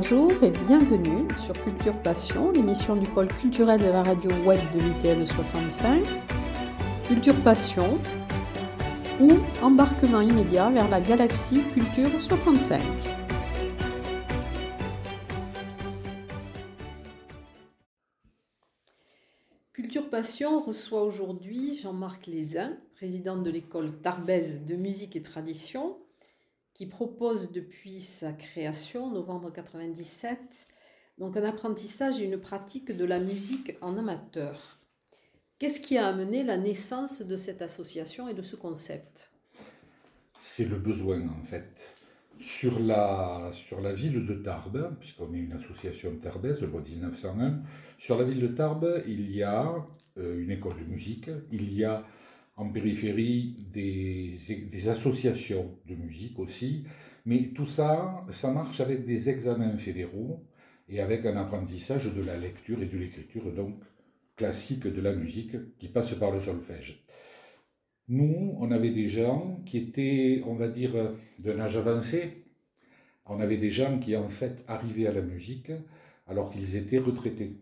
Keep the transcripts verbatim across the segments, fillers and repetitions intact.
Bonjour et bienvenue sur Culture Passion, l'émission du pôle culturel de la radio web de l'U T L soixante-cinq. Culture Passion ou embarquement immédiat vers la galaxie Culture soixante-cinq. Culture Passion reçoit aujourd'hui Jean-Marc Lézin, président de l'école Tarbès de musique et tradition, qui propose depuis sa création, novembre quatre-vingt-dix-sept, donc un apprentissage et une pratique de la musique en amateur. Qu'est-ce qui a amené la naissance de cette association et de ce concept ? C'est le besoin en fait. Sur la, sur la ville de Tarbes, puisqu'on est une association tarbèze, loi dix-neuf cent un, sur la ville de Tarbes, il y a euh, une école de musique, il y a en périphérie des, des associations de musique aussi, mais tout ça, ça marche avec des examens fédéraux et avec un apprentissage de la lecture et de l'écriture, donc classique de la musique, qui passe par le solfège. Nous, on avait des gens qui étaient, on va dire, d'un âge avancé. On avait des gens qui, en fait, arrivaient à la musique alors qu'ils étaient retraités.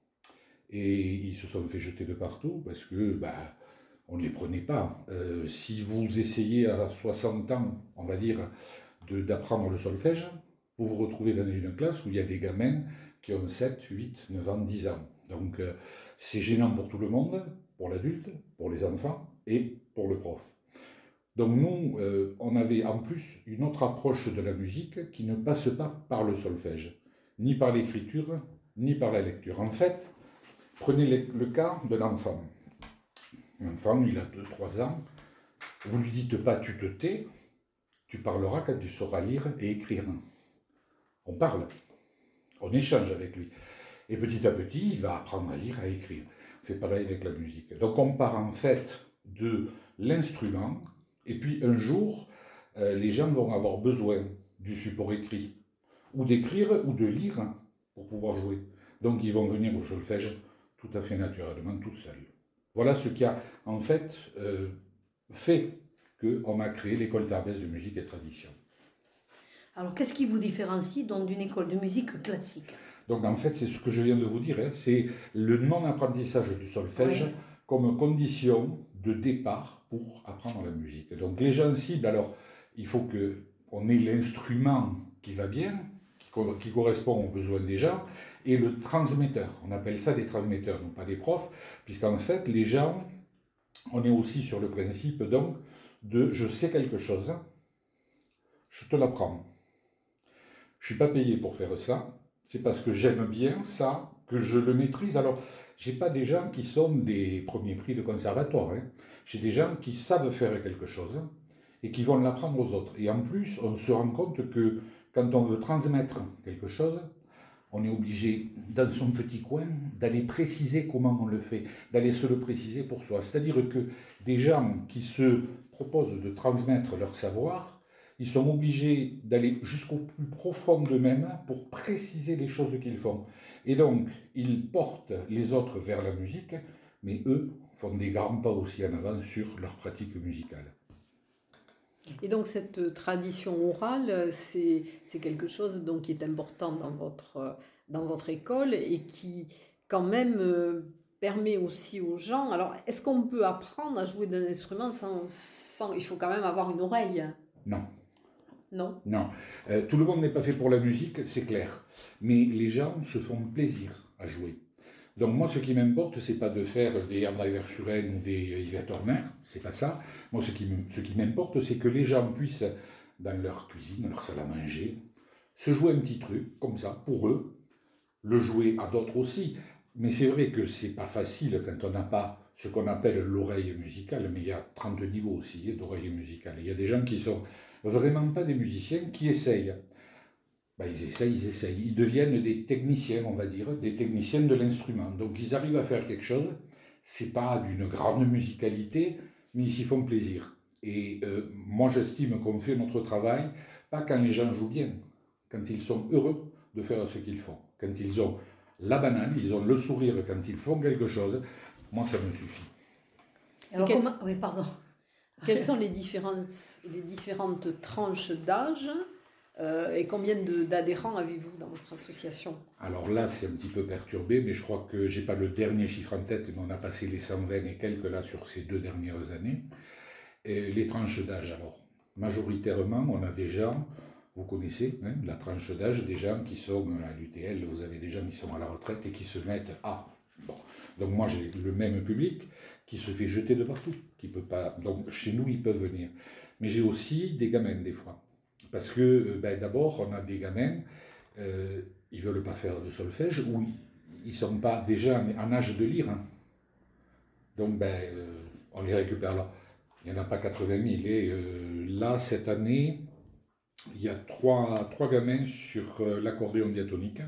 Et ils se sont fait jeter de partout parce que, bah, on ne les prenait pas. Euh, si vous essayez à soixante ans, on va dire, de, d'apprendre le solfège, vous vous retrouvez dans une classe où il y a des gamins qui ont sept, huit, neuf ans, dix ans. Donc, euh, c'est gênant pour tout le monde, pour l'adulte, pour les enfants et pour le prof. Donc nous, euh, on avait en plus une autre approche de la musique qui ne passe pas par le solfège, ni par l'écriture, ni par la lecture. En fait, prenez le, le cas de l'enfant. L'enfant, il a deux trois ans, vous ne lui dites pas « tu te tais », tu parleras quand tu sauras lire et écrire. On parle, on échange avec lui. Et petit à petit, il va apprendre à lire, à écrire. On fait pareil avec la musique. Donc on part en fait de l'instrument, et puis un jour, euh, les gens vont avoir besoin du support écrit, ou d'écrire, ou de lire, pour pouvoir jouer. Donc ils vont venir au solfège tout à fait naturellement, tout seuls. Voilà ce qui a en fait euh, fait qu'on a créé l'école Tarbès de musique et tradition. Alors qu'est-ce qui vous différencie donc d'une école de musique classique ? Donc en fait c'est ce que je viens de vous dire, hein, c'est le non-apprentissage du solfège oui. Comme condition de départ pour apprendre la musique. Donc les gens ciblent, alors il faut qu'on ait l'instrument qui va bien, qui, qui correspond aux besoins des gens, et le transmetteur. On appelle ça des transmetteurs, non pas des profs, puisqu'en fait, les gens, on est aussi sur le principe donc de je sais quelque chose, je te l'apprends. Je ne suis pas payé pour faire ça, c'est parce que j'aime bien ça, que je le maîtrise. Alors, je n'ai pas des gens qui sont des premiers prix de conservatoire, hein. J'ai des gens qui savent faire quelque chose et qui vont l'apprendre aux autres. Et en plus, on se rend compte que quand on veut transmettre quelque chose, on est obligé, dans son petit coin, d'aller préciser comment on le fait, d'aller se le préciser pour soi. C'est-à-dire que des gens qui se proposent de transmettre leur savoir, ils sont obligés d'aller jusqu'au plus profond d'eux-mêmes pour préciser les choses qu'ils font. Et donc, ils portent les autres vers la musique, mais eux font des grands pas aussi en avant sur leur pratique musicale. Et donc cette tradition orale, c'est, c'est quelque chose donc, qui est important dans votre, dans votre école et qui quand même euh, permet aussi aux gens... Alors, est-ce qu'on peut apprendre à jouer d'un instrument sans... sans il faut quand même avoir une oreille ? Non. Non. Non. Euh, tout le monde n'est pas fait pour la musique, c'est clair. Mais les gens se font plaisir à jouer. Donc moi, ce qui m'importe, c'est pas de faire des André Verschuren ou des Yvette Horner, c'est pas ça. Moi, ce qui, ce qui m'importe, c'est que les gens puissent, dans leur cuisine, dans leur salle à manger, se jouer un petit truc, comme ça, pour eux, le jouer à d'autres aussi. Mais c'est vrai que c'est pas facile quand on n'a pas ce qu'on appelle l'oreille musicale, mais il y a trente niveaux aussi d'oreille musicale. Il y a des gens qui sont vraiment pas des musiciens, qui essayent. Ben, ils essayent, ils essayent. Ils deviennent des techniciens, on va dire, des techniciens de l'instrument. Donc ils arrivent à faire quelque chose, c'est pas d'une grande musicalité, mais ils s'y font plaisir. Et euh, moi j'estime qu'on fait notre travail, pas quand les gens jouent bien, quand ils sont heureux de faire ce qu'ils font. Quand ils ont la banane, ils ont le sourire quand ils font quelque chose, moi ça me suffit. Alors, comment... Oui, pardon. Quelles sont les différentes, les différentes tranches d'âge Euh, et combien de, d'adhérents avez-vous dans votre association? Alors là, c'est un petit peu perturbé, mais je crois que j'ai pas le dernier chiffre en tête, mais on a passé les cent vingt et quelques là sur ces deux dernières années. Et les tranches d'âge, alors, majoritairement, on a des gens, vous connaissez, hein, la tranche d'âge, des gens qui sont à l'U T L, vous avez des gens qui sont à la retraite et qui se mettent à... Bon. Donc moi, j'ai le même public qui se fait jeter de partout, qui peut pas... Donc chez nous, ils peuvent venir. Mais j'ai aussi des gamins, des fois. Parce que, ben, d'abord, on a des gamins, euh, ils ne veulent pas faire de solfège, ou ils ne sont pas déjà en âge de lire. Hein. Donc, ben, euh, on les récupère là. Il n'y en a pas quatre-vingt mille. Et euh, là, cette année, il y a trois, trois gamins sur euh, l'accordéon diatonique.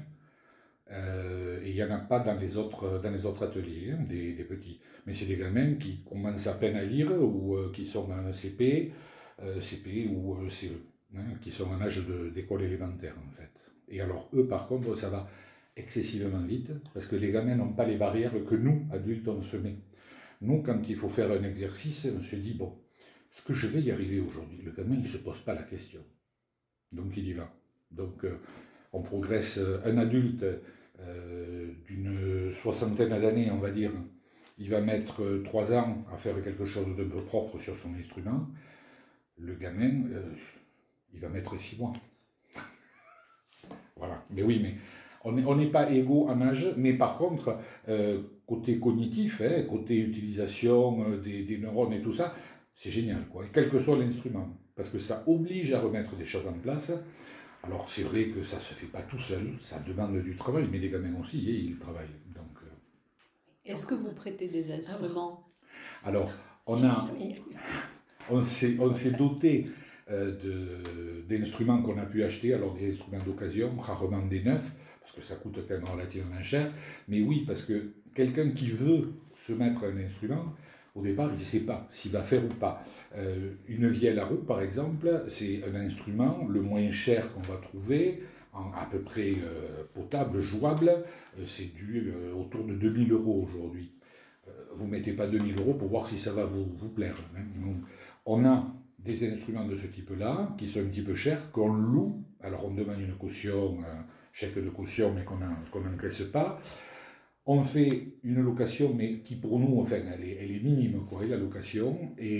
Euh, et il n'y en a pas dans les autres, dans les autres ateliers, hein, des, des petits. Mais c'est des gamins qui commencent à peine à lire, ou euh, qui sont en C P, euh, C P ou euh, C E. Hein, qui sont en âge de, d'école élémentaire en fait. Et alors eux par contre ça va excessivement vite parce que les gamins n'ont pas les barrières que nous adultes on se met. Nous quand il faut faire un exercice on se dit bon, est-ce que je vais y arriver aujourd'hui? Le gamin il ne se pose pas la question. Donc il y va. Donc euh, on progresse. Un adulte euh, d'une soixantaine d'années on va dire, il va mettre trois ans à faire quelque chose d'un peu propre sur son instrument. Le gamin euh, il va mettre six mois. Voilà. Mais oui, mais on n'est pas égaux en âge, mais par contre, euh, côté cognitif, hein, côté utilisation euh, des, des neurones et tout ça, c'est génial, quoi. Et quel que soit l'instrument, parce que ça oblige à remettre des choses en place. Alors c'est vrai que ça ne se fait pas tout seul, ça demande du travail, mais les gamins aussi, et ils travaillent. Donc, euh... Est-ce que vous prêtez des instruments? Alors, on a, on s'est, on s'est doté De, d'instruments qu'on a pu acheter, alors des instruments d'occasion, rarement des neufs, parce que ça coûte quand même relativement cher, mais oui, parce que quelqu'un qui veut se mettre un instrument, au départ, il ne sait pas s'il va faire ou pas. Euh, une vielle à roue, par exemple, c'est un instrument le moins cher qu'on va trouver, en, à peu près euh, potable, jouable, euh, c'est du, euh, autour de deux mille euros aujourd'hui. Euh, vous ne mettez pas deux mille euros pour voir si ça va vous, vous plaire. Hein. Donc, on a des instruments de ce type-là, qui sont un petit peu chers, qu'on loue. Alors on demande une caution, un chèque de caution, mais qu'on n'encaisse pas. On fait une location, mais qui pour nous, enfin, elle est, elle est minime, quoi, la location,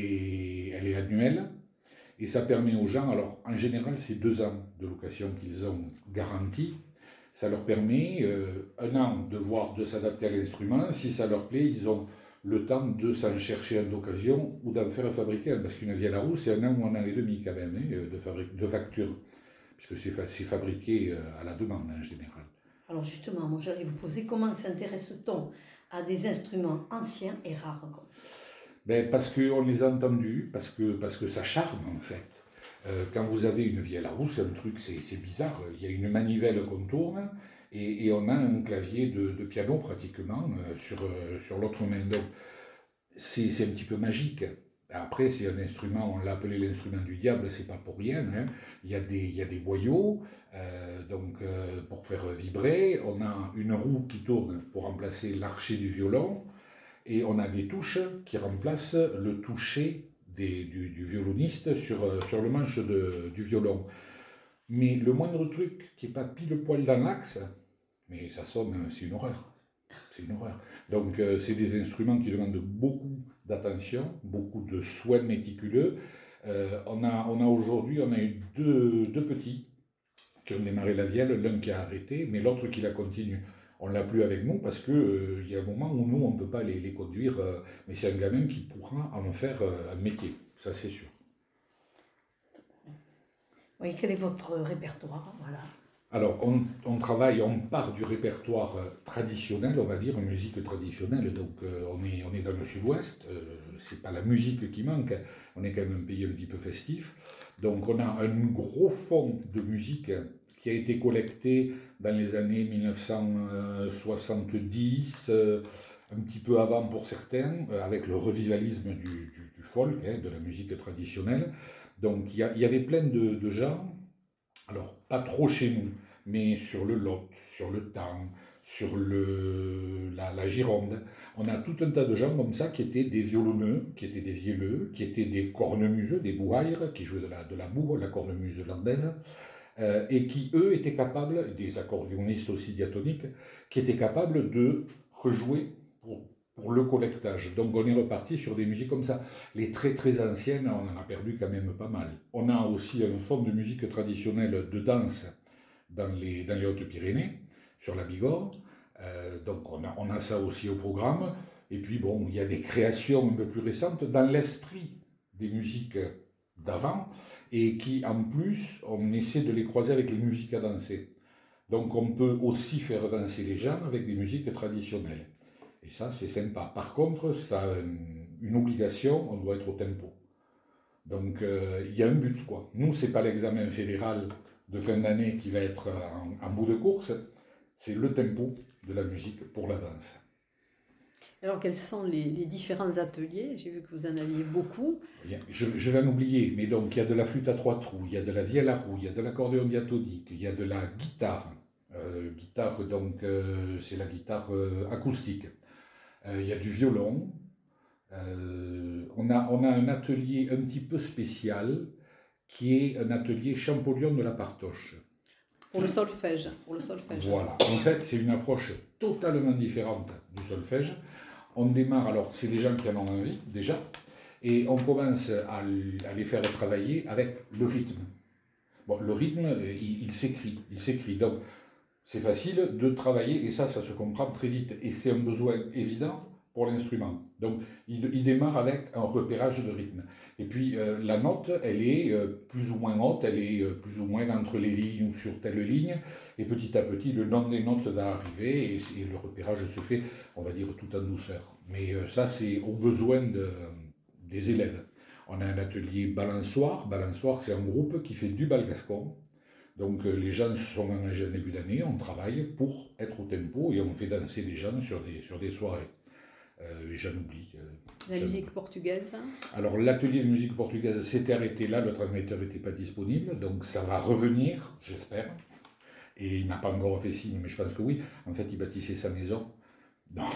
et elle est annuelle. Et ça permet aux gens, alors en général, c'est deux ans de location qu'ils ont garantie. Ça leur permet euh, un an de voir, de s'adapter à l'instrument. Si ça leur plaît, ils ont le temps de s'en chercher un d'occasion ou d'en faire fabriquer un, parce qu'une vielle à roue, c'est un an ou un an et demi quand même, hein, de, fabri- de facture, puisque c'est, fa- c'est fabriqué à la demande en général. Alors justement, moi j'allais vous poser, comment s'intéresse-t-on à des instruments anciens et rares comme ça? Ben, parce qu'on les a entendus, parce que, parce que ça charme en fait. Euh, quand vous avez une vielle à roue, c'est un truc, c'est, c'est bizarre, il y a une manivelle qu'on tourne, Et, et on a un clavier de, de piano pratiquement euh, sur, euh, sur l'autre main. Donc c'est, c'est un petit peu magique. Après, c'est un instrument, on l'a appelé l'instrument du diable, c'est pas pour rien. Hein. Il y a des, il y a des boyaux euh, donc, euh, pour faire vibrer. On a une roue qui tourne pour remplacer l'archet du violon. Et on a des touches qui remplacent le toucher des, du, du violoniste sur, sur le manche de, du violon. Mais le moindre truc qui n'est pas pile poil dans l'axe, mais ça sonne, c'est une horreur. C'est une horreur. Donc, euh, c'est des instruments qui demandent beaucoup d'attention, beaucoup de soins méticuleux. Euh, on a, on a aujourd'hui, on a eu deux, deux petits qui ont démarré la vielle, l'un qui a arrêté, mais l'autre qui la continue. On ne l'a plus avec nous parce qu'il euh, y a un moment où nous, on ne peut pas les, les conduire, euh, mais c'est un gamin qui pourra en faire euh, un métier, ça c'est sûr. Oui, quel est votre répertoire? Voilà. Alors, on, on travaille, on part du répertoire traditionnel, on va dire, musique traditionnelle. Donc, euh, on, est, on est dans le sud-ouest, euh, c'est pas la musique qui manque, on est quand même un pays un petit peu festif. Donc, on a un gros fond de musique qui a été collecté dans les années mille neuf cent soixante-dix, euh, un petit peu avant pour certains, euh, avec le revivalisme du, du, du folk, hein, de la musique traditionnelle. Donc, il y, y avait plein de, de gens. Alors, pas trop chez nous, mais sur le Lot, sur le Tarn, sur le, la, la Gironde. On a tout un tas de gens comme ça qui étaient des violonneux, qui étaient des vielleux, qui étaient des cornemuseux, des bouailles, qui jouaient de la, de la boue, la cornemuse landaise. euh, et qui, eux, étaient capables, des accordéonistes aussi diatoniques, qui étaient capables de rejouer pour, pour le collectage. Donc on est reparti sur des musiques comme ça. Les très très anciennes, on en a perdu quand même pas mal. On a aussi un fond de musique traditionnelle de danse dans les, dans les Hautes-Pyrénées, sur la Bigorre. Euh, donc on a, on a ça aussi au programme. Et puis bon, il y a des créations un peu plus récentes dans l'esprit des musiques d'avant, et qui en plus, on essaie de les croiser avec les musiques à danser. Donc on peut aussi faire danser les gens avec des musiques traditionnelles. Et ça, c'est sympa. Par contre, ça a une obligation, on doit être au tempo. Donc euh, il y a un but, quoi. Nous, c'est pas l'examen fédéral de fin d'année qui va être en, en bout de course, c'est le tempo de la musique pour la danse. Alors, quels sont les, les différents ateliers? J'ai vu que vous en aviez beaucoup. Je, je vais en oublier, mais donc il y a de la flûte à trois trous, il y a de la vielle à roue, il y a de l'accordéon diatonique, il y a de la guitare. Euh, guitare, donc euh, c'est la guitare euh, acoustique. Euh, il y a du violon. Euh, on a, on a un atelier un petit peu spécial qui est un atelier Champollion de la Partoche. Pour le solfège. Pour le solfège. Voilà. En fait, c'est une approche totalement différente du solfège. On démarre, alors c'est des gens qui en ont envie déjà, et on commence à, à les faire travailler avec le rythme. Bon, le rythme, il, il s'écrit, il s'écrit. Donc, c'est facile de travailler, et ça, ça se comprend très vite. Et c'est un besoin évident pour l'instrument. Donc, il, il démarre avec un repérage de rythme. Et puis, euh, la note, elle est euh, plus ou moins haute, elle est euh, plus ou moins entre les lignes ou sur telle ligne. Et petit à petit, le nom des notes va arriver, et, et le repérage se fait, on va dire, tout en douceur. Mais euh, ça, c'est au besoin de, des élèves. On a un atelier balançoire. Balançoire, c'est un groupe qui fait du bal gascon. Donc euh, les gens sont mangés en début d'année, on travaille pour être au tempo et on fait danser les gens sur des, sur des soirées. Euh, et j'en oublie. Euh, La j'en musique oublie. portugaise. Alors l'atelier de musique portugaise s'était arrêté là, le transmetteur n'était pas disponible, donc ça va revenir, j'espère. Et il n'a pas encore fait signe, mais je pense que oui. En fait, il bâtissait sa maison, donc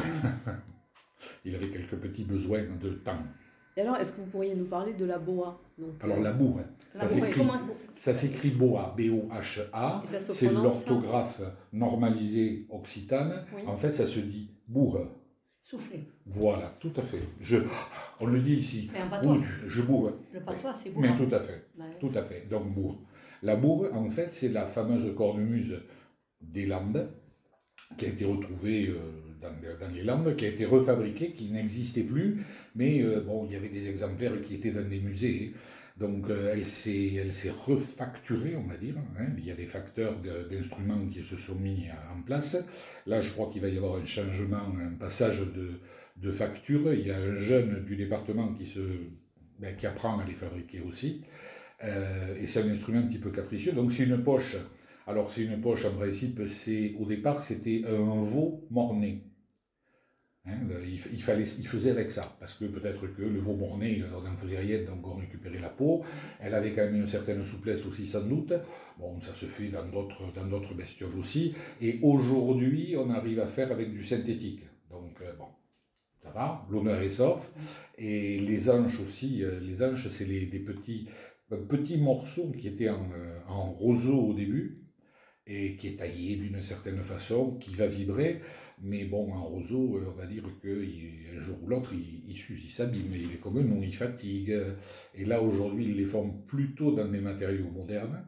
il avait quelques petits besoins de temps. Et alors, est-ce que vous pourriez nous parler de la boa? Donc, Alors euh, la bourre, ça s'écrit, ça s'écrit boa, B O H A, c'est l'orthographe normalisée occitane. Oui. En fait, ça se dit bourre. Souffler. Voilà, tout à fait. Je, on le dit ici. Mais un patois. Je bourre. Le patois, c'est bourre. Mais tout à fait. Bah, oui. Tout à fait. Donc bourre. La bourre, en fait, c'est la fameuse cornemuse des Landes qui a été retrouvée euh, dans, dans les Landes, qui a été refabriquée, qui n'existait plus, mais euh, bon, il y avait des exemplaires qui étaient dans des musées. Donc euh, elle s'est elle s'est refacturée, on va dire. Hein. Il y a des facteurs de, d'instruments qui se sont mis en place. Là, je crois qu'il va y avoir un changement, un passage de, de facture. Il y a un jeune du département qui, se, ben, qui apprend à les fabriquer aussi. Euh, et c'est un instrument un petit peu capricieux. Donc c'est une poche. Alors c'est une poche, en principe, c'est, au départ, c'était un veau morné. Hein, il, il, fallait, il faisait avec ça, parce que peut-être que le veau morné, on n'en faisait rien, donc on récupérait la peau. Elle avait quand même une certaine souplesse aussi, sans doute. Bon, ça se fait dans d'autres, dans d'autres bestioles aussi. Et aujourd'hui, on arrive à faire avec du synthétique. Donc, euh, bon, ça va, l'honneur est sauf. Et les anches aussi, euh, les anches, c'est les, les petits, euh, petits morceaux qui étaient en, euh, en roseau au début, et qui est taillé d'une certaine façon, qui va vibrer. Mais bon, en roseau, on va dire qu'un jour ou l'autre, il, il s'use, il s'abîme, il est comme nous, il fatigue. Et là, aujourd'hui, ils les font plutôt dans des matériaux modernes,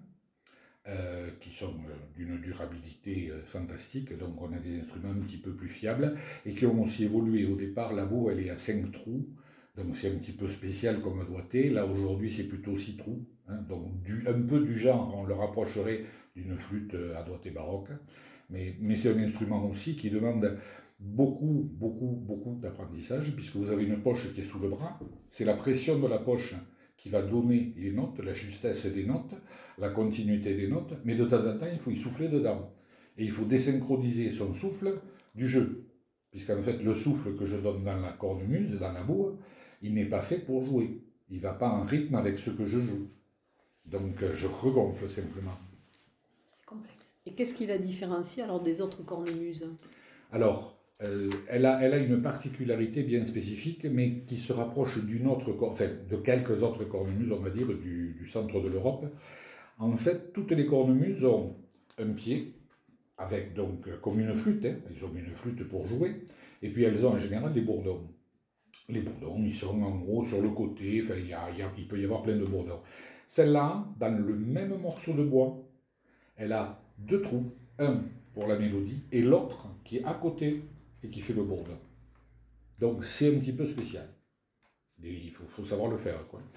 euh, qui sont d'une durabilité fantastique. Donc, on a des instruments un petit peu plus fiables, et qui ont aussi évolué. Au départ, la boue, elle est à cinq trous, donc c'est un petit peu spécial comme doigté. Là, aujourd'hui, c'est plutôt six trous. Hein, donc, du, un peu du genre, on le rapprocherait d'une flûte à doigté baroque. Mais, mais c'est un instrument aussi qui demande beaucoup, beaucoup, beaucoup d'apprentissage, puisque vous avez une poche qui est sous le bras. C'est la pression de la poche qui va donner les notes, la justesse des notes, la continuité des notes, mais de temps en temps, il faut y souffler dedans. Et il faut désynchroniser son souffle du jeu, puisqu'en fait, le souffle que je donne dans la cornemuse, dans la boue, il n'est pas fait pour jouer. Il ne va pas en rythme avec ce que je joue. Donc, je regonfle simplement. Complexe. Et qu'est-ce qui la différencie alors des autres cornemuses? Alors, euh, elle, a, elle a une particularité bien spécifique, mais qui se rapproche d'une autre, enfin, de quelques autres cornemuses, on va dire, du, du centre de l'Europe. En fait, toutes les cornemuses ont un pied, avec donc comme une flûte, hein. Ils ont une flûte pour jouer, et puis elles ont en général des bourdons. Les bourdons, ils sont en gros sur le côté, enfin, il, y a, il, y a, il peut y avoir plein de bourdons. Celle-là, dans le même morceau de bois, elle a deux trous, un pour la mélodie et l'autre qui est à côté et qui fait le bourdon. Donc c'est un petit peu spécial. Et il faut, faut savoir le faire, quoi.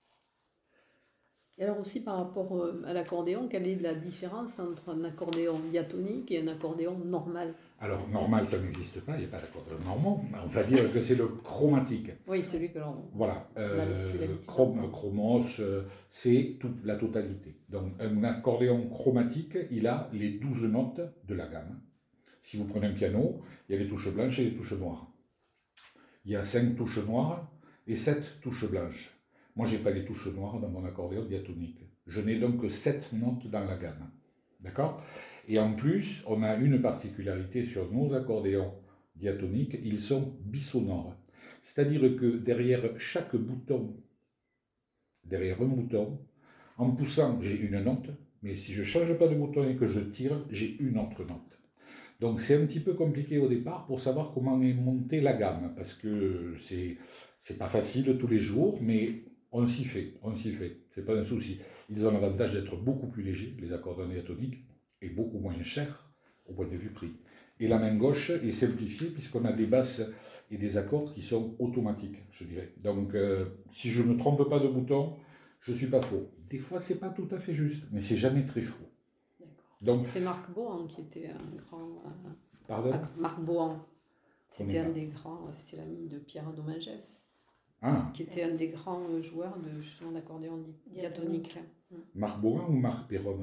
Et alors aussi par rapport à l'accordéon, quelle est la différence entre un accordéon diatonique et un accordéon normal? Alors normal, ça n'existe pas, il n'y a pas d'accordéon normand. On va dire que c'est le chromatique. Oui, celui que l'on... Voilà, euh, chrom, chromos, euh, c'est toute la totalité. Donc un accordéon chromatique, il a les douze notes de la gamme. Si vous prenez un piano, il y a les touches blanches et les touches noires. Il y a cinq touches noires et sept touches blanches. Moi, je n'ai pas les touches noires dans mon accordéon diatonique. Je n'ai donc que sept notes dans la gamme. D'accord? Et en plus, on a une particularité sur nos accordéons diatoniques, ils sont bisonores. C'est-à-dire que derrière chaque bouton, derrière un bouton, en poussant, j'ai une note, mais si je ne change pas de bouton et que je tire, j'ai une autre note. Donc c'est un petit peu compliqué au départ pour savoir comment est montée la gamme, parce que c'est c'est pas facile tous les jours, mais on s'y fait, on s'y fait, c'est pas un souci. Ils ont l'avantage d'être beaucoup plus légers, les accordéons diatoniques, et beaucoup moins chers au point de vue prix. Et la main gauche est simplifiée puisqu'on a des basses et des accords qui sont automatiques, je dirais. Donc euh, si je ne trompe pas de bouton, je suis pas faux. Des fois c'est pas tout à fait juste, mais c'est jamais très faux. Donc, c'est Marc Bohan qui était un grand... Euh, Pardon? Marc Bohan. C'était un des grands, c'était l'ami de Pierre Domingès, ah. qui était un des grands joueurs de, justement d'accordéon di diatonique. Marc Bohan ou Marc Perron?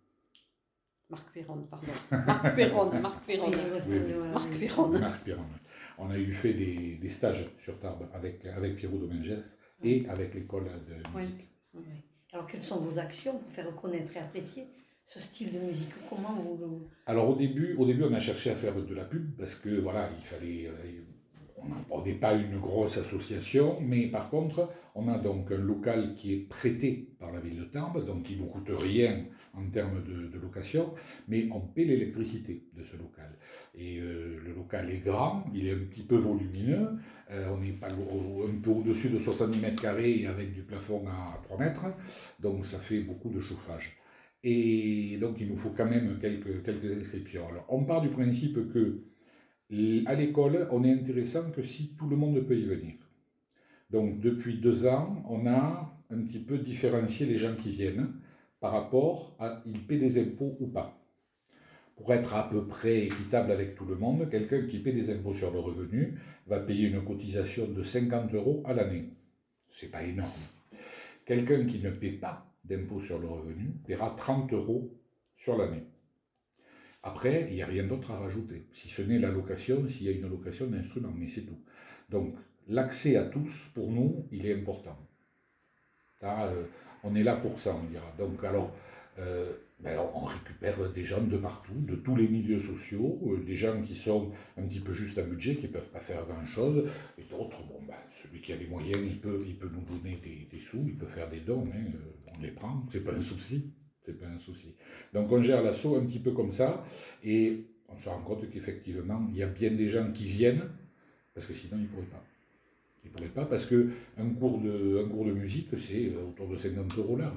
Marc Perron, pardon. Marc Perron, Marc Perron. Oui, oui, oui. Marc Perron. Marc Perron. On a eu fait des, des stages sur Tarbes avec, avec Pierrot Domingès et avec l'école de musique. Oui. Oui. Alors, quelles sont vos actions pour faire connaître et apprécier ce style de musique? Comment vous... Alors au début, au début, on a cherché à faire de la pub parce que voilà, il fallait. On n'est pas une grosse association, mais par contre, on a donc un local qui est prêté par la ville de Tarbes, donc qui ne nous coûte rien en termes de, de location, mais on paie l'électricité de ce local. Et euh, le local est grand, il est un petit peu volumineux, euh, on est pas un peu au-dessus de soixante-dix mètres carrés avec du plafond à trois mètres, donc ça fait beaucoup de chauffage. Et donc, il nous faut quand même quelques, quelques inscriptions. Alors, on part du principe que, à l'école, on est intéressant que si tout le monde peut y venir. Donc, depuis deux ans, on a un petit peu différencié les gens qui viennent par rapport à ils paient des impôts ou pas. Pour être à peu près équitable avec tout le monde, quelqu'un qui paie des impôts sur le revenu va payer une cotisation de cinquante euros à l'année. C'est pas énorme. Quelqu'un qui ne paie pas d'impôt sur le revenu paiera trente euros sur l'année. Après, il n'y a rien d'autre à rajouter, si ce n'est la location, s'il y a une location d'instruments, mais c'est tout. Donc, l'accès à tous, pour nous, il est important. Là, euh, on est là pour ça, on dira. Donc, alors, euh, ben, on récupère des gens de partout, de tous les milieux sociaux, euh, des gens qui sont un petit peu juste à budget, qui ne peuvent pas faire grand-chose, et d'autres, bon, ben, celui qui a les moyens, il peut, il peut nous donner des, des sous, il peut faire des dons, hein, euh, on les prend, c'est pas un souci, c'est pas un souci. Donc on gère l'assaut un petit peu comme ça, et on se rend compte qu'effectivement, il y a bien des gens qui viennent, parce que sinon ils ne pourraient pas. Ils ne pourraient pas, parce qu'un cours de, un cours de musique, c'est autour de cinquante euros l'heure.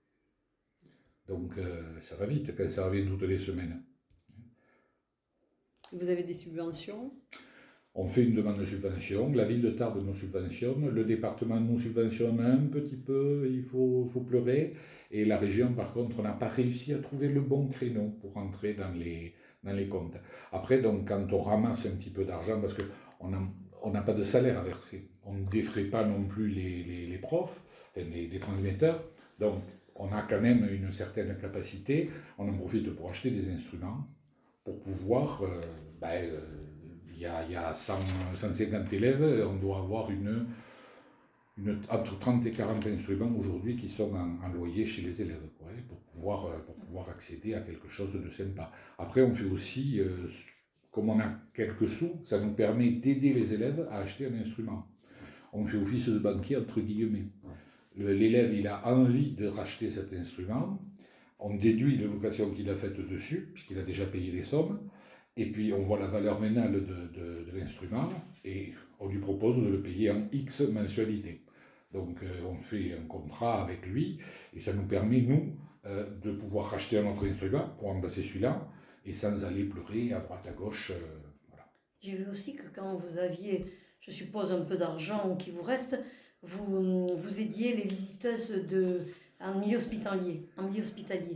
Donc euh, ça va vite quand ça revient toutes les semaines. Vous avez des subventions? On fait une demande de subvention, la ville de Tarbes nous subventionne, le département nous subventionne un petit peu, il faut, faut pleurer, et la région par contre on n'a pas réussi à trouver le bon créneau pour rentrer dans les, dans les comptes. Après donc quand on ramasse un petit peu d'argent, parce qu'on n'a on n'a pas de salaire à verser, on ne défraie pas non plus les, les, les profs, enfin les, les transmetteurs, donc on a quand même une certaine capacité, on en profite pour acheter des instruments, pour pouvoir, euh, ben, euh, il y a, il y a cent, cent cinquante élèves, on doit avoir une, une, entre trente et quarante instruments aujourd'hui qui sont en, en loyer chez les élèves, quoi, pour, pouvoir, pour pouvoir accéder à quelque chose de sympa. Après, on fait aussi, euh, comme on a quelques sous, ça nous permet d'aider les élèves à acheter un instrument. On fait office de banquier, entre guillemets. L'élève, il a envie de racheter cet instrument, on déduit la location qu'il a faite dessus, puisqu'il a déjà payé des sommes, et puis on voit la valeur vénale de, de, de l'instrument, et on lui propose de le payer en X mensualité. Donc euh, on fait un contrat avec lui, et ça nous permet, nous, euh, de pouvoir racheter un autre instrument pour remplacer celui-là, et sans aller pleurer à droite à gauche. Euh, voilà. J'ai vu aussi que quand vous aviez, je suppose, un peu d'argent qui vous reste, vous, vous aidiez les visiteuses de, en milieu hospitalier. En milieu hospitalier.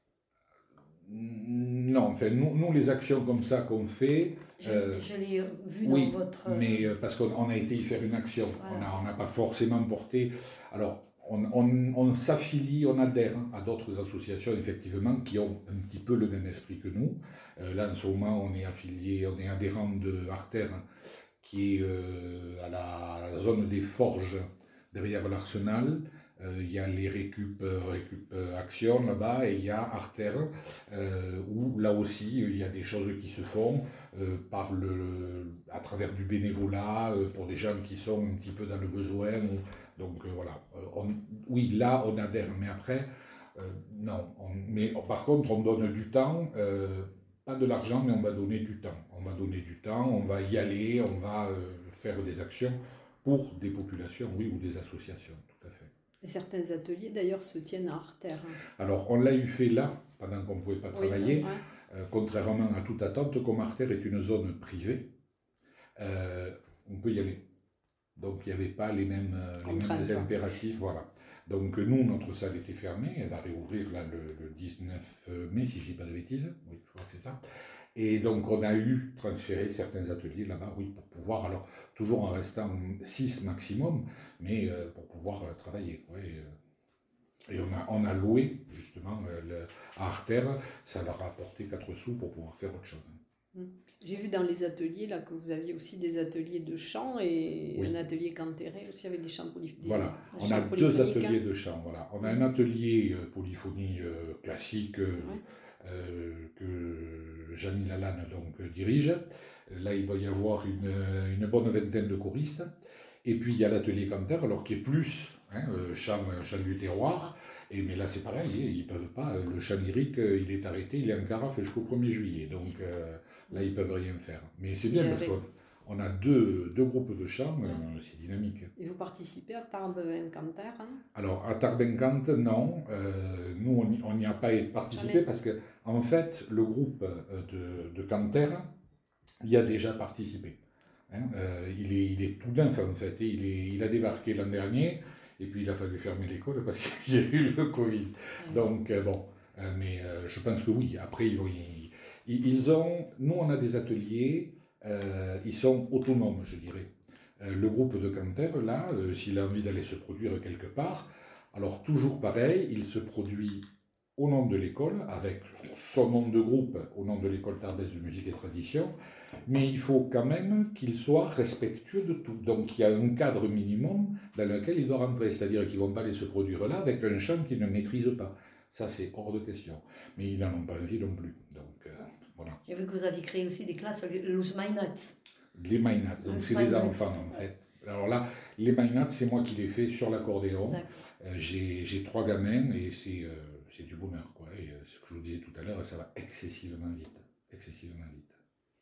Non, enfin, nous, nous, les actions comme ça qu'on fait... Je, euh, je l'ai vu oui, dans votre... mais euh, parce qu'on a été y faire une action, Voilà. on n'a pas forcément porté... Alors, on, on, on s'affilie, on adhère à d'autres associations, effectivement, qui ont un petit peu le même esprit que nous. Euh, là, en ce moment, on est affilié, on est adhérent de Arter, qui est euh, à, la, à la zone des forges, derrière l'Arsenal. Euh, il y a les récup, récup actions là-bas, et il y a Arter, euh, où là aussi, il y a des choses qui se font euh, par le, à travers du bénévolat, euh, pour des gens qui sont un petit peu dans le besoin. Ou, donc euh, voilà, on, oui, là, on adhère, mais après, euh, non. On, mais par contre, on donne du temps, euh, pas de l'argent, mais on va donner du temps. On va donner du temps, on va y aller, on va euh, faire des actions pour des populations, oui, ou des associations, tout à fait. Et certains ateliers, d'ailleurs, se tiennent à Arter. Alors, on l'a eu fait là, pendant qu'on ne pouvait pas travailler, oui, ouais. euh, contrairement à toute attente, comme Arter est une zone privée, euh, on peut y aller. Donc, il n'y avait pas les mêmes, les mêmes impératifs, voilà. Donc, nous, notre salle était fermée, elle va réouvrir là, le, le dix-neuf mai, si je ne dis pas de bêtises, oui, je crois que c'est ça. Et donc, on a eu transféré certains ateliers là-bas, oui, pour pouvoir, alors, toujours en restant six maximum, mais euh, pour pouvoir euh, travailler. Ouais, euh, et on a, on a loué, justement, euh, le, à Arter, ça leur a apporté quatre sous pour pouvoir faire autre chose. J'ai vu dans les ateliers là, que vous aviez aussi des ateliers de chant et oui. un atelier cantéré aussi avec des chants polyphoniques. Voilà, on a deux ateliers de chant. Voilà. On a un atelier euh, polyphonie euh, classique euh, ouais. euh, que Jeannie Lalanne donc, dirige. Là, il doit y avoir une, une bonne vingtaine de choristes. Et puis, il y a l'atelier cantaire, alors qui est plus hein, euh, chant, chant du terroir. Et, mais là, c'est pareil, ils ne peuvent pas. Le chant lyrique, il est arrêté, il est en carafe jusqu'au premier juillet. Donc euh, là, ils ne peuvent rien faire. Mais c'est bien parce qu'on a deux, deux groupes de chant, ouais. euh, c'est dynamique. Et vous participez à Tarbes-Encanter hein? Alors, à Tarbes-Encanter, non. Euh, nous, on n'y a pas participé parce que, en fait, le groupe de, de Canter y a déjà participé. Hein, euh, il, est, il est tout neuf, en fait. Et il, est, il a débarqué l'an dernier. Et puis, il a fallu fermer l'école parce qu'il y a eu le Covid. Donc, euh, bon, euh, mais euh, je pense que oui. Après, ils, vont, ils, ils ont... Nous, on a des ateliers, euh, ils sont autonomes, je dirais. Euh, le groupe de Canter, là, euh, s'il a envie d'aller se produire quelque part, alors toujours pareil, il se produit au nom de l'école, avec son nom de groupe, au nom de l'école tarbaise de musique et tradition, mais il faut quand même qu'il soit respectueux de tout. Donc il y a un cadre minimum dans lequel il doit rentrer, c'est-à-dire qu'ils ne vont pas aller se produire là avec un chant qu'ils ne maîtrisent pas. Ça, c'est hors de question. Mais ils n'en ont pas envie non plus. Donc euh, voilà. J'ai vu que vous aviez créé aussi des classes, les Mainats. Les Mainats, donc c'est des enfants en fait. Alors là, les Mainats, c'est moi qui les fais sur l'accordéon. Euh, j'ai, j'ai trois gamins et c'est... Euh, c'est du bonheur, quoi. Et euh, ce que je vous disais tout à l'heure, ça va excessivement vite. Excessivement vite.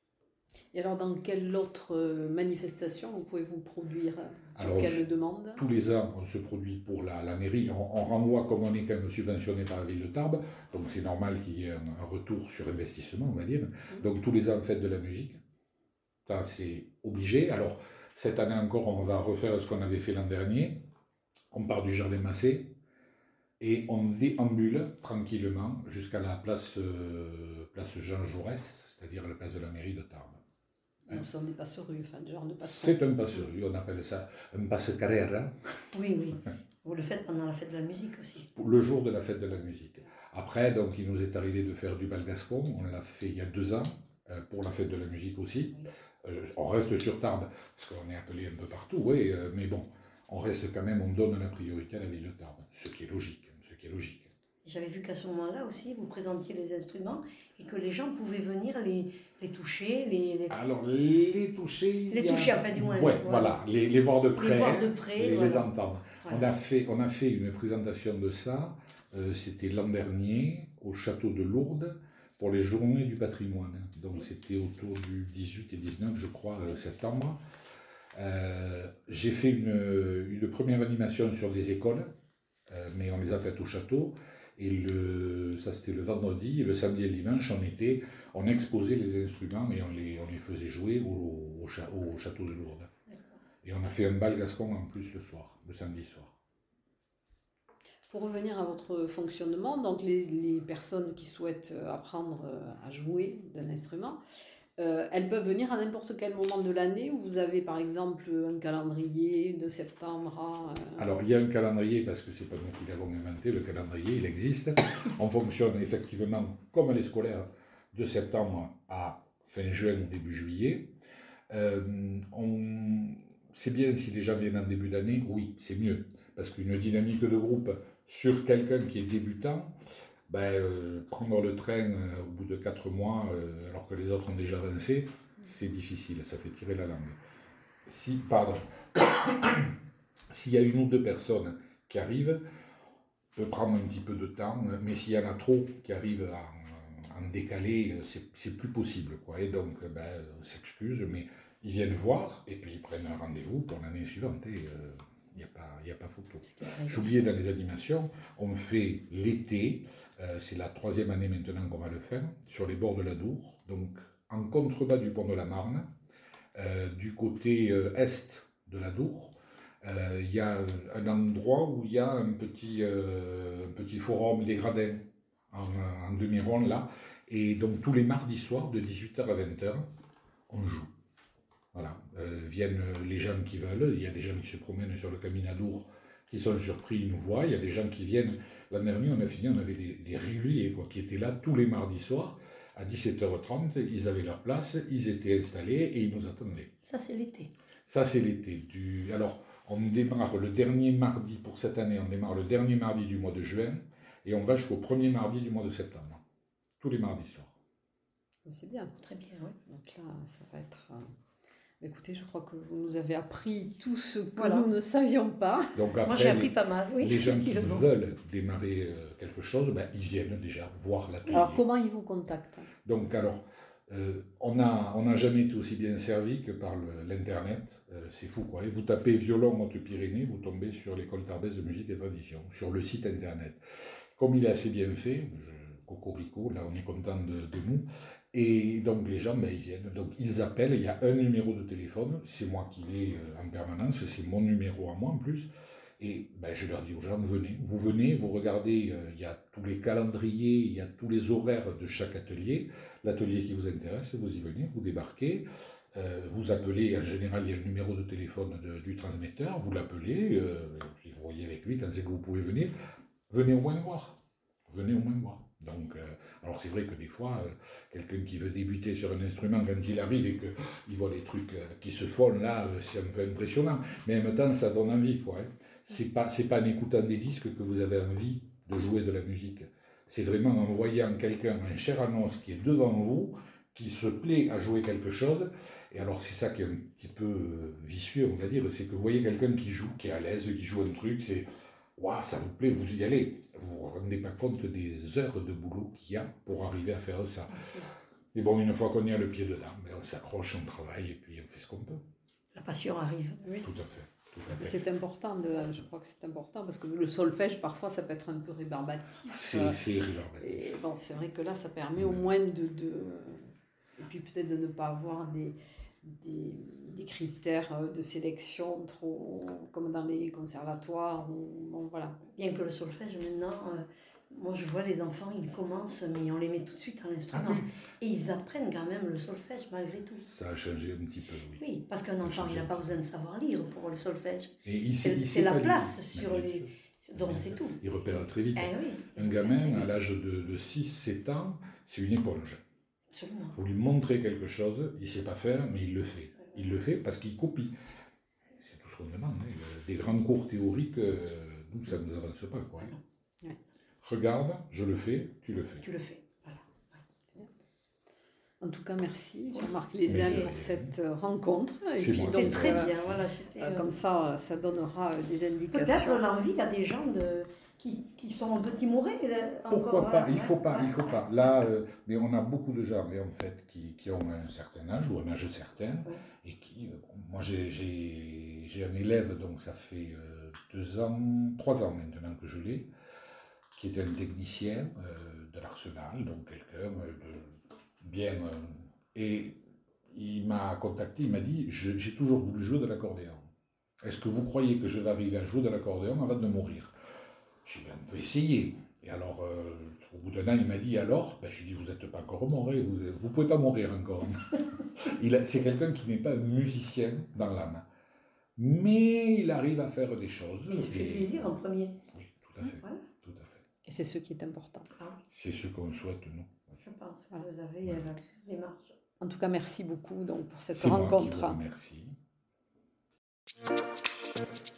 Et alors, dans quelle autre manifestation vous pouvez vous produire? Sur alors, quelle demande? Tous les ans, on se produit pour la, la mairie. On, on renvoie, comme on est quand même subventionné par la ville de Tarbes, donc c'est normal qu'il y ait un, un retour sur investissement, on va dire. Mmh. Donc tous les ans, fête de la musique. Ça, c'est obligé. Alors, cette année encore, on va refaire ce qu'on avait fait l'an dernier. On part du Jardin Massé. Et on déambule tranquillement jusqu'à la place, euh, place Jean Jaurès, c'est-à-dire la place de la mairie de Tarbes. Hein? Nous sommes des passerues, enfin, genre de passerues. C'est un passerue, on appelle ça un passe-carrera. Oui, oui. Vous le faites pendant la fête de la musique aussi. Le jour de la fête de la musique. Après, donc, il nous est arrivé de faire du bal gascon, on l'a fait il y a deux ans, euh, pour la fête de la musique aussi. Oui. Euh, on reste sur Tarbes, parce qu'on est appelé un peu partout, oui, euh, mais bon, on reste quand même, on donne la priorité à la ville de Tarbes, ce qui est logique. Qui est logique. J'avais vu qu'à ce moment-là aussi, vous présentiez les instruments et que les gens pouvaient venir les, les toucher, les, les... Alors, les toucher... Les toucher, enfin, du moins. Ouais, voilà, voilà. Les, les voir de près, les, voir de près, les, voilà. les entendre. Voilà. On, a fait, on a fait une présentation de ça euh, c'était l'an dernier au château de Lourdes pour les journées du patrimoine. Donc c'était autour du dix-huit et dix-neuf, je crois, euh, septembre. Euh, j'ai fait une, une première animation sur des écoles, euh, mais on les a faites au château. Et le, ça c'était le vendredi, et le samedi et le dimanche, on, était, on exposait les instruments et on les, on les faisait jouer au, au, au château de Lourdes. Et on a fait un bal gascon en plus le soir, le samedi soir. Pour revenir à votre fonctionnement, donc les, les personnes qui souhaitent apprendre à jouer d'un instrument, euh, elles peuvent venir à n'importe quel moment de l'année, où vous avez par exemple un calendrier de septembre à... Euh... Alors il y a un calendrier, parce que c'est pas nous qui l'avons inventé, le calendrier il existe. On fonctionne effectivement comme les scolaires de septembre à fin juin ou début juillet. Euh, on... C'est bien si les gens viennent en début d'année, oui, c'est mieux. Parce qu'une dynamique de groupe sur quelqu'un qui est débutant, ben, euh, prendre le train euh, au bout de quatre mois, euh, alors que les autres ont déjà avancé, c'est difficile, ça fait tirer la langue. Si, pardon, s'il y a une ou deux personnes qui arrivent, peut prendre un petit peu de temps, mais s'il y en a trop qui arrivent en, en décalé, c'est, c'est plus possible, quoi. Et donc, ben, on s'excuse, mais ils viennent voir, et puis ils prennent un rendez-vous pour l'année suivante, et euh, il n'y a pas, y a pas photo. J'oubliais, dans les animations, on fait l'été, euh, c'est la troisième année maintenant qu'on va le faire, sur les bords de la Dour, donc en contrebas du pont de la Marne, euh, du côté euh, est de la Dour. Il euh, y a un endroit où il y a un petit, euh, un petit forum, des gradins, en, en demi-rond là, et donc tous les mardis soirs, de dix-huit heures à vingt heures, on joue. Voilà, euh, viennent les gens qui veulent, il y a des gens qui se promènent sur le Caminadour, qui sont surpris, ils nous voient, il y a des gens qui viennent, l'an dernier on a fini, on avait des, des réguliers quoi, qui étaient là tous les mardis soirs, à dix-sept heures trente, ils avaient leur place, ils étaient installés et ils nous attendaient. Ça c'est l'été. Ça c'est l'été. Du... Alors, on démarre le dernier mardi, pour cette année, on démarre le dernier mardi du mois de juin, et on va jusqu'au premier mardi du mois de septembre, tous les mardis soirs. C'est bien. Très bien, oui. Donc là, ça va être... Écoutez, je crois que vous nous avez appris tout ce que voilà. nous ne savions pas. Donc après, moi j'ai appris pas mal, oui. Les gens qui veulent démarrer euh, quelque chose, ben, ils viennent déjà voir l'atelier. Alors comment ils vous contactent? Donc alors, euh, on n'a on a jamais été aussi bien servi que par le, l'internet, euh, c'est fou quoi. Et vous tapez violon Haute-Pyrénées, vous tombez sur l'école Tarbès de musique et tradition, sur le site internet. Comme il est assez bien fait, je, cocorico, là on est content de, de nous. Et donc les gens, ben, ils viennent, donc ils appellent, il y a un numéro de téléphone, c'est moi qui l'ai en permanence, c'est mon numéro à moi en plus, et ben, je leur dis aux gens, venez, vous venez, vous regardez, euh, il y a tous les calendriers, il y a tous les horaires de chaque atelier, l'atelier qui vous intéresse, vous y venez, vous débarquez, euh, vous appelez, en général il y a le numéro de téléphone de, du transmetteur, vous l'appelez, euh, puis vous voyez avec lui quand c'est que vous pouvez venir, venez au moins voir, venez au moins voir. Donc, euh, alors c'est vrai que des fois, euh, quelqu'un qui veut débuter sur un instrument, quand il arrive et qu'il oh, voit les trucs euh, qui se font là, euh, c'est un peu impressionnant. Mais en même temps, ça donne envie, quoi. Hein. C'est pas, c'est pas en écoutant des disques que vous avez envie de jouer de la musique. C'est vraiment en voyant quelqu'un, un chair en os qui est devant vous, qui se plaît à jouer quelque chose. Et alors c'est ça qui est un petit peu euh, vicieux, on va dire, c'est que vous voyez quelqu'un qui joue, qui est à l'aise, qui joue un truc, c'est... Waouh, ça vous plaît, vous y allez. Vous ne vous rendez pas compte des heures de boulot qu'il y a pour arriver à faire ça. Et bon, une fois qu'on y a le pied dedans, ben on s'accroche, on travaille et puis on fait ce qu'on peut. La passion arrive. Oui. Tout à fait. Tout à fait. C'est important, de, je crois que c'est important, parce que le solfège, parfois, ça peut être un peu rébarbatif. C'est, c'est rébarbatif. Et bon, c'est vrai que là, ça permet au moins de... de et puis peut-être de ne pas avoir des... Des, des critères de sélection trop comme dans les conservatoires ou, bon, voilà. Bien que le solfège maintenant, euh, moi je vois les enfants, ils commencent mais on les met tout de suite à l'instrument ah, oui. Et ils apprennent quand même le solfège malgré tout. Ça a changé un petit peu, oui. Oui, parce qu'un enfant il n'a pas besoin de savoir lire pour le solfège. Et il c'est il c'est la place lire. sur mais les... Donc c'est tout. Il repère très vite. Eh oui, un gamin à l'âge de, de six sept ans, c'est une éponge. Absolument. Vous lui montrez quelque chose, il ne sait pas faire, mais il le fait. Il le fait parce qu'il copie. C'est tout ce qu'on demande. Hein. Des grands cours théoriques, euh, nous, ça ne nous avance pas. Quoi, hein. Ouais. Regarde, je le fais, tu le fais. Tu le fais, voilà. Ouais. En tout cas, merci Jean-Marc Lézin pour cette rencontre. Et puis, donc, c'était très euh, bien. Voilà, c'était, euh, comme ça, ça donnera des indications. Peut-être l'envie à des gens de, qui, qui sont un peu timorés. Pourquoi encore, pas? hein, Il faut ouais, pas, ouais, il faut ouais. pas. Là, euh, mais on a beaucoup de gens, mais en fait, qui, qui ont un certain âge ou un âge certain, Ouais. et qui, euh, moi, j'ai, j'ai, j'ai un élève, donc ça fait euh, deux ans, trois ans maintenant que je l'ai, qui est un technicien euh, de l'Arsenal, donc quelqu'un euh, de bien, euh, et il m'a contacté, il m'a dit, je- j'ai toujours voulu jouer de l'accordéon. Est-ce que vous croyez que je vais arriver à jouer de l'accordéon avant de mourir? J'ai dit, ben, on peut essayer. Et alors, euh, au bout d'un an, il m'a dit, alors, ben, je lui ai dit, vous n'êtes pas encore mort, hein, vous ne pouvez pas mourir encore. Il a- c'est quelqu'un qui n'est pas un musicien dans l'âme. Mais il arrive à faire des choses. Il se fait et- plaisir en premier. Oui, tout à fait. Voilà. Tout à fait. Et c'est ce qui est important. Ah oui, C'est ce qu'on souhaite, nous. je pense que vous avez euh, la démarche. En tout cas, merci beaucoup donc, pour cette C'est moi qui rencontre. vous remercie.